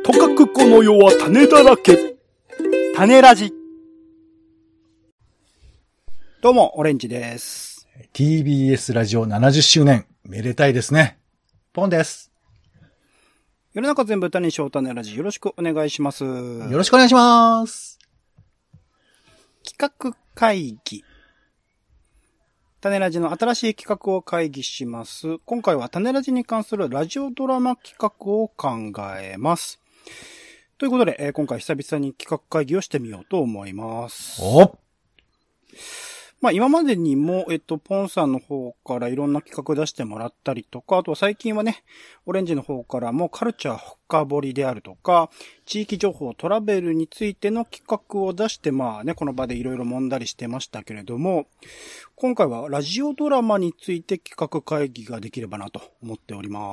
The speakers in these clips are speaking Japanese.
とかくこの世は種だらけ。種ラジ。どうも、オレンジです。 TBS ラジオ70周年、めでたいですね。ポンです。 世の中全部種にしよう種ラジ。よろしくお願いします。よろしくお願いします。 企画会議。種ラジの新しい企画を会議します。今回は種ラジに関するラジオドラマ企画を考えます。ということで、今回久々に企画会議をしてみようと思います。今までにも、ポンさんの方からいろんな企画出してもらったりとか、あとは最近はね、オレンジの方からもカルチャー深掘りであるとか、地域情報トラベルについての企画を出して、この場でいろいろ揉んだりしてましたけれども、今回はラジオドラマについて企画会議ができればなと思っております。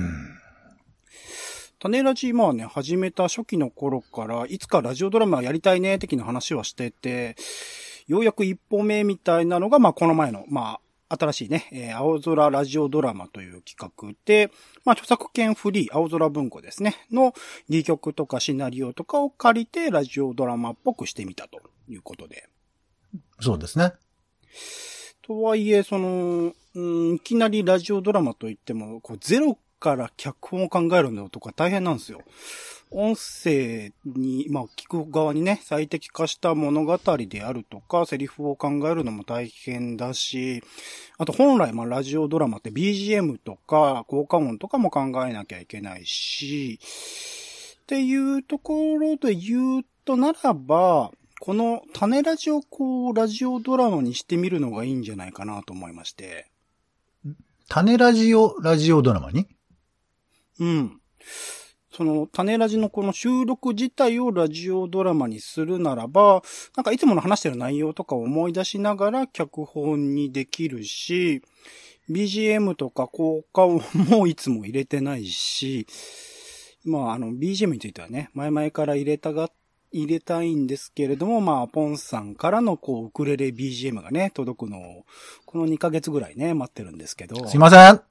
種ラジ始めた初期の頃から、いつかラジオドラマやりたいね、的な話はしてて、ようやく一歩目みたいなのが、この前の、新しいね、青空ラジオドラマという企画で、著作権フリー、青空文庫ですね、の戯曲とかシナリオとかを借りて、ラジオドラマっぽくしてみたということで。 そうですね。 とはいえ、いきなりラジオドラマといっても、ゼロから脚本を考えるのとか大変なんですよ。音声に、聞く側にね、最適化した物語であるとか、セリフを考えるのも大変だし、あと本来ラジオドラマって BGM とか、効果音とかも考えなきゃいけないし、っていうところで言うとならば、この種ラジをラジオドラマにしてみるのがいいんじゃないかなと思いまして。 種ラジをラジオドラマに？ うん。種ラジのこの収録自体をラジオドラマにするならば、いつもの話してる内容とかを思い出しながら脚本にできるし、BGM とか効果音もいつも入れてないし、BGM についてはね、前々から入れたいんですけれども、ポンさんからのウクレレ BGM がね、届くのを、この2ヶ月ぐらいね、待ってるんですけど。 すいません。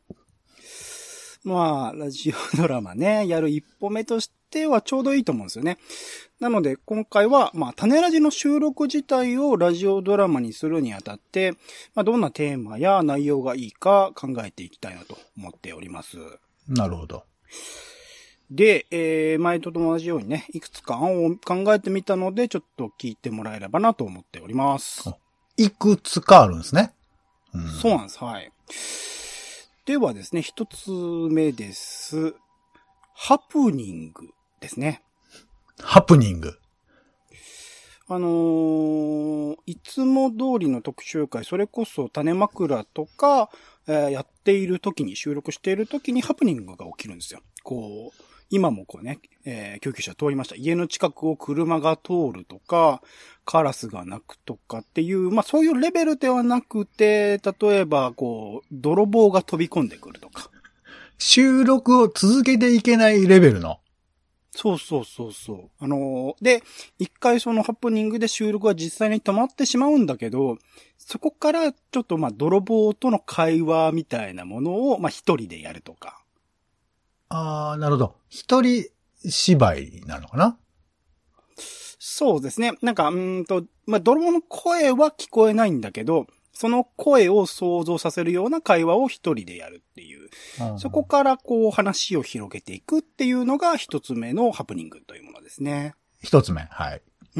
ラジオドラマね、やる一歩目としてはちょうどいいと思うんですよね。なので、今回は、種ラジの収録自体をラジオドラマにするにあたって、どんなテーマや内容がいいか考えていきたいなと思っております。 なるほど。 で、前と同じようにね、いくつか案を考えてみたので、ちょっと聞いてもらえればなと思っております。 いくつかあるんですね。 そうなんです。はい。ではですね、一つ目です。ハプニングですね。 ハプニング。 いつも通りの特集会、それこそ種枕とか、やっている時に、収録している時にハプニングが起きるんですよ。今も救急車通りました。家の近くを車が通るとか、カラスが鳴くとかっていう、そういうレベルではなくて、例えば、泥棒が飛び込んでくるとか。 収録を続けていけないレベルの。 そう。で、一回そのハプニングで収録は実際に止まってしまうんだけど、そこからちょっと泥棒との会話みたいなものを、一人でやるとか。 なるほど。一人芝居なのかな？ そうですね。泥棒の声は聞こえないんだけど、その声を想像させるような会話を一人でやるっていう。そこから話を広げていくっていうのが一つ目のハプニングというものですね。 一つ目。はい。 うん。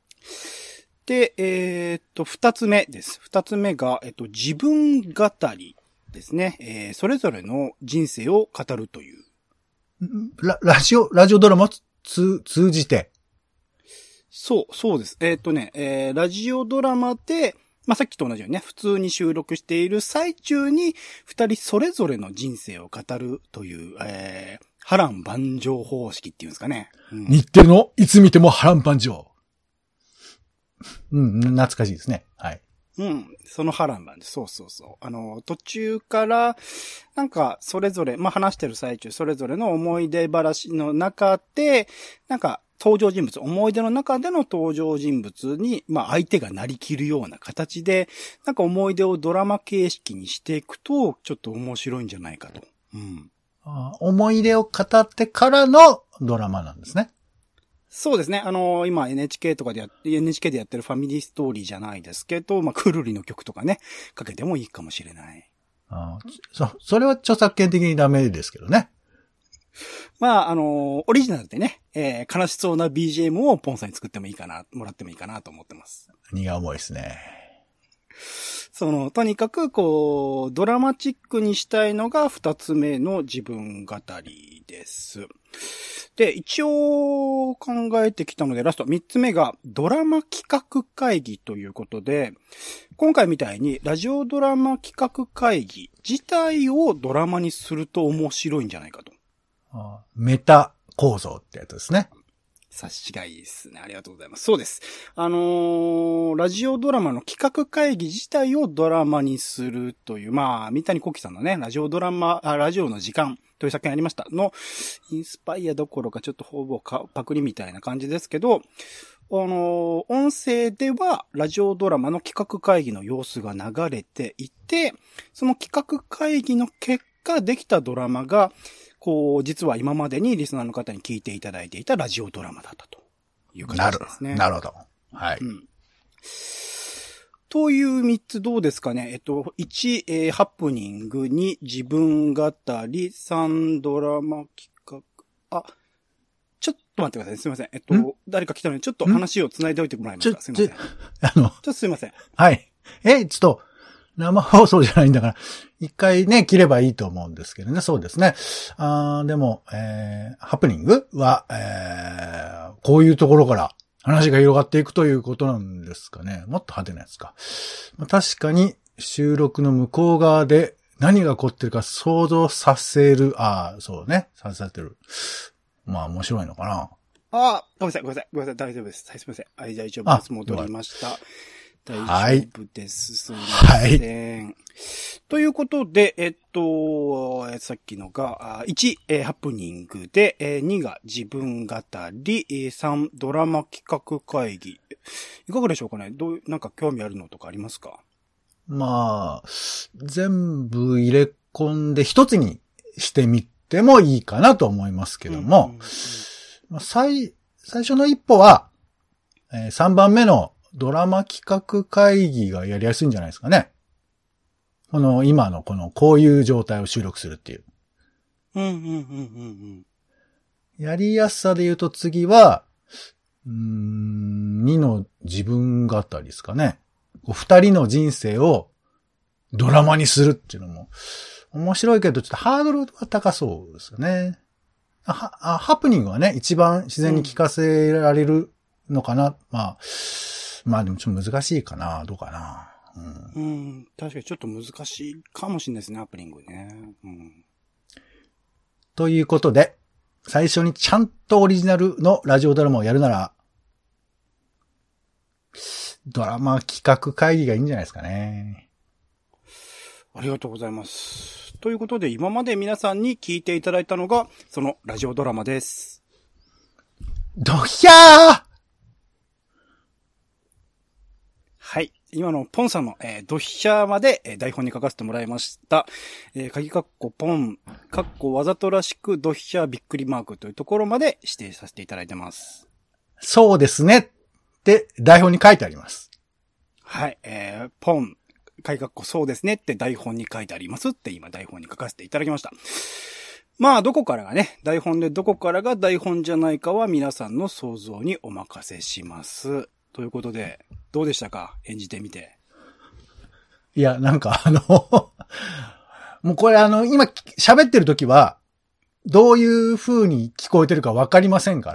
で、二つ目です。二つ目が、自分語りですね。それぞれの人生を語るという。 ラジオドラマ通じて。 そうです。ラジオドラマで、さっきと同じようにね、普通に収録している最中に、二人それぞれの人生を語るという、波乱万丈方式っていうんですかね。 日テレのいつ見ても波乱万丈。懐かしいですね。はい。 その波乱なんです。そう。途中から、それぞれ、話してる最中、それぞれの思い出話の中で、登場人物、思い出の中での登場人物に、相手がなりきるような形で、思い出をドラマ形式にしていくと、ちょっと面白いんじゃないかと。 思い出を語ってからの、 ドラマなんですね。 そうですね。今 NHK でやってるファミリーストーリーじゃないですけど、まあ、くるりの曲とかね、かけてもいいかもしれない。 それは著作権的にダメですけどね。 まあ、オリジナルでね、悲しそうな BGM をポンさんに作ってもいいかな、もらってもいいかなと思ってます。 荷が重いですね。 とにかく、ドラマチックにしたいのが二つ目の自分語りです。で、一応考えてきたので、ラスト三つ目がドラマ企画会議ということで、今回みたいにラジオドラマ企画会議自体をドラマにすると面白いんじゃないかと。 メタ構造ってやつですね。 察しがいいですね。ありがとうございます。そうです。ラジオドラマの企画会議自体をドラマにするという、まあ、三谷幸喜さんのね、ラジオの時間という作品ありましたの、インスパイアどころかちょっとほぼパクリみたいな感じですけど、音声ではラジオドラマの企画会議の様子が流れていて、その企画会議の結果できたドラマが、実は今までにリスナーの方に聞いていただいていたラジオドラマだったという形ですね。 なるほど。はい。 という3つどうですかね。1、ハプニング、2、自分語り、3、ドラマ企画。ちょっと待ってください。すいません。誰か来たのにちょっと話を繋いでおいてもらえますか。すいません。ちょっとすいません。 はい。ちょっと、生放送じゃないんだから、一回ね、切ればいいと思うんですけどね。そうですね。でも、ハプニングは、こういうところから話が広がっていくということなんですかね。もっと派手なやつか。確かに収録の向こう側で何が起こってるか想像させる。そうね。させてる。まあ面白いのかな。 ごめんなさい。大丈夫です。すいません。大丈夫です。戻りました。大丈夫です。すみません。はい、ということで、さっきのが、1、ハプニングで、2が自分語り、3、ドラマ企画会議。いかがでしょうかね？なんか興味あるのとかありますか？ まあ、全部入れ込んで一つにしてみてもいいかなと思いますけども、最初の一歩は、3番目のドラマ企画会議がやりやすいんじゃないですかね。今のこういう状態を収録するっていう。やりやすさで言うと次は、2の自分語りですかね。2人の人生をドラマにするっていうのも面白いけど、ちょっとハードルが高そうですよね。ハプニングはね、一番自然に聞かせられるのかな。まあでもちょっと難しいかな。どうかな。 確かにちょっと難しいかもしれないですね、ハプニングね。 ということで、最初にちゃんとオリジナルのラジオドラマをやるなら、ドラマ企画会議がいいんじゃないですかね。 ありがとうございます。ということで、今まで皆さんに聞いていただいたのが、そのラジオドラマです。 ドヒャー！ はい。今のポンさんの、ドヒャーまで、台本に書かせてもらいました。鍵括弧ポン、括弧わざとらしくドヒャーびっくりマークというところまで指定させていただいてます。 そうですねって台本に書いてあります。 はい。ポン、鍵括弧そうですねって台本に書いてありますって今台本に書かせていただきました。まあ、どこからがね、台本でどこからが台本じゃないかは皆さんの想像にお任せします。ということで、どうでしたか？演じてみて。 いや、なんかもうこれ今喋ってる時は、どういう風に聞こえてるかわかりませんから。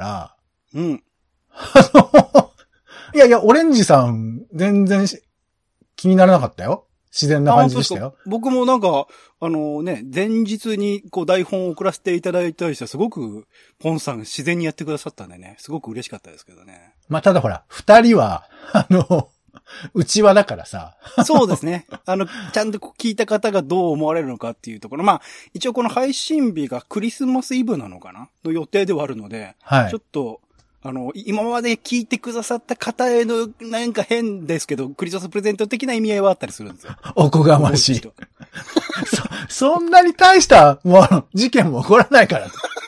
いや、オレンジさん、全然気にならなかったよ。自然な感じでしたよ。 僕もなんか、前日に台本を送らせていただいたりして、すごく、ポンさん自然にやってくださったんでね、すごく嬉しかったですけどね。 まあ、ただほら、二人は、内輪だからさ。 そうですね。ちゃんと聞いた方がどう思われるのかっていうところ。まあ、一応この配信日がクリスマスイブなのかなの予定ではあるので、はい。ちょっと、今まで聞いてくださった方への、なんか変ですけど、クリスマスプレゼント的な意味合いはあったりするんですよ。 おこがましい。そんなに大した、事件も起こらないから。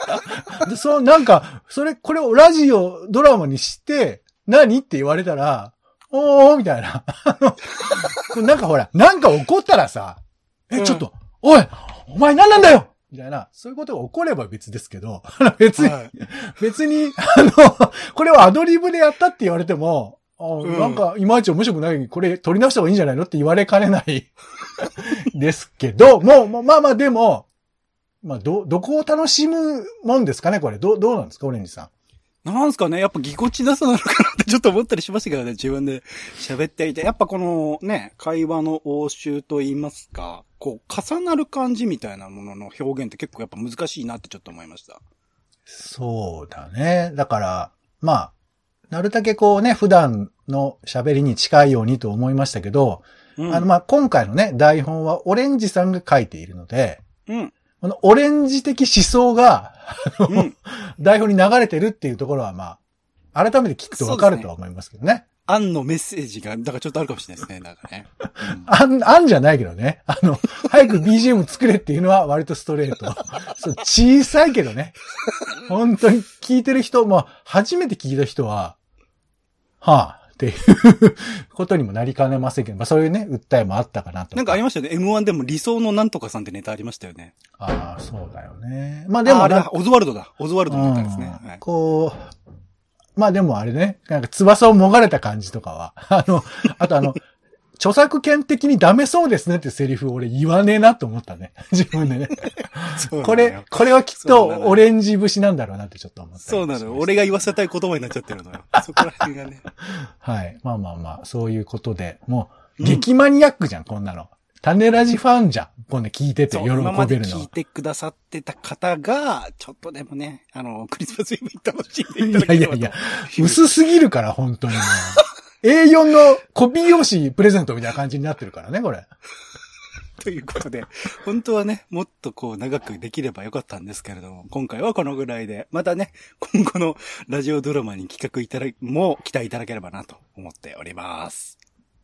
で、なんか、これをラジオ、ドラマにして、何って言われたら、おーみたいな。なんかほら、なんか怒ったらさ、ちょっと、おいお前何なんだよみたいな、そういうことが起これば別ですけど、別に、これをアドリブでやったって言われても、なんか、いまいち面白くない、これ取り直した方がいいんじゃないのって言われかねないですけど、まあでも、まあ、どこを楽しむもんですかねこれ。どうなんですかオレンジさん。 なんすかねやっぱぎこちなさなのかなってちょっと思ったりしましたけどね、自分で喋っていて。やっぱこのね、会話の応酬と言いますか、こう、重なる感じみたいなものの表現って結構やっぱ難しいなってちょっと思いました。 そうだね。だから、まあ、なるだけこうね、普段の喋りに近いようにと思いましたけど、まあ、今回のね、台本はオレンジさんが書いているので、このオレンジ的思想が、台本に流れてるっていうところはまあ、改めて聞くとわかるとは思いますけどね。 案のメッセージが、だからちょっとあるかもしれないですね、なんかね。 案じゃないけどね。早く BGM 作れっていうのは割とストレート。そう、小さいけどね。本当に聞いてる人も、初めて聞いた人は、はぁ、っていうことにもなりかねませんけど、まあそういうね、訴えもあったかなと。 なんかありましたよね。M1 でも理想のなんとかさんってネタありましたよね。 ああ、そうだよね。まあでもあれだ、オズワルドだ。オズワルドのネタですね。はい、 こう、まあでもあれね、なんか翼をもがれた感じとかは、あと著作権的にダメそうですねってセリフ俺言わねえなと思ったね。自分でね。これはきっとオレンジ節なんだろうなってちょっと思った。 そうなの。俺が言わせたい言葉になっちゃってるのよ。そこら辺がね。 はい。まあ、そういうことで、もう、激マニアックじゃん、こんなの。種ラジファンじゃん。こんな聞いてて喜べるの。 今まで聞いてくださってた方が、ちょっとでもね、クリスマスイブに楽しんでいただければと。いや、 薄すぎるから、本当にもう。A4 のコピー用紙プレゼントみたいな感じになってるからね、これ。 ということで、本当はね、もっとこう長くできればよかったんですけれども、今回はこのぐらいで、またね、今後のラジオドラマに企画も期待いただければなと思っております。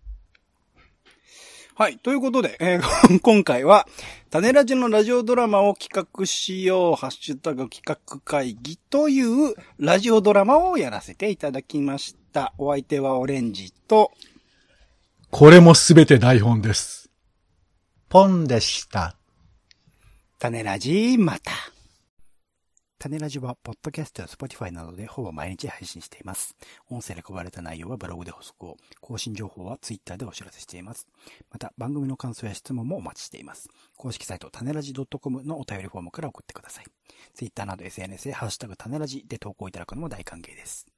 はい。ということで、今回は、種ラジのラジオドラマを企画しよう、ハッシュタグ企画会議というラジオドラマをやらせていただきました。お相手はオレンジと、 これもすべて台本です。ポンでした。 種ラジまた。種ラジは、ポッドキャストや Spotify などでほぼ毎日配信しています。音声で配られた内容はブログで補足を、更新情報は Twitter でお知らせしています。また、番組の感想や質問もお待ちしています。公式サイト、種ラジ .com のお便りフォームから送ってください。Twitter など SNS でハッシュタグ種ラジで投稿いただくのも大歓迎です。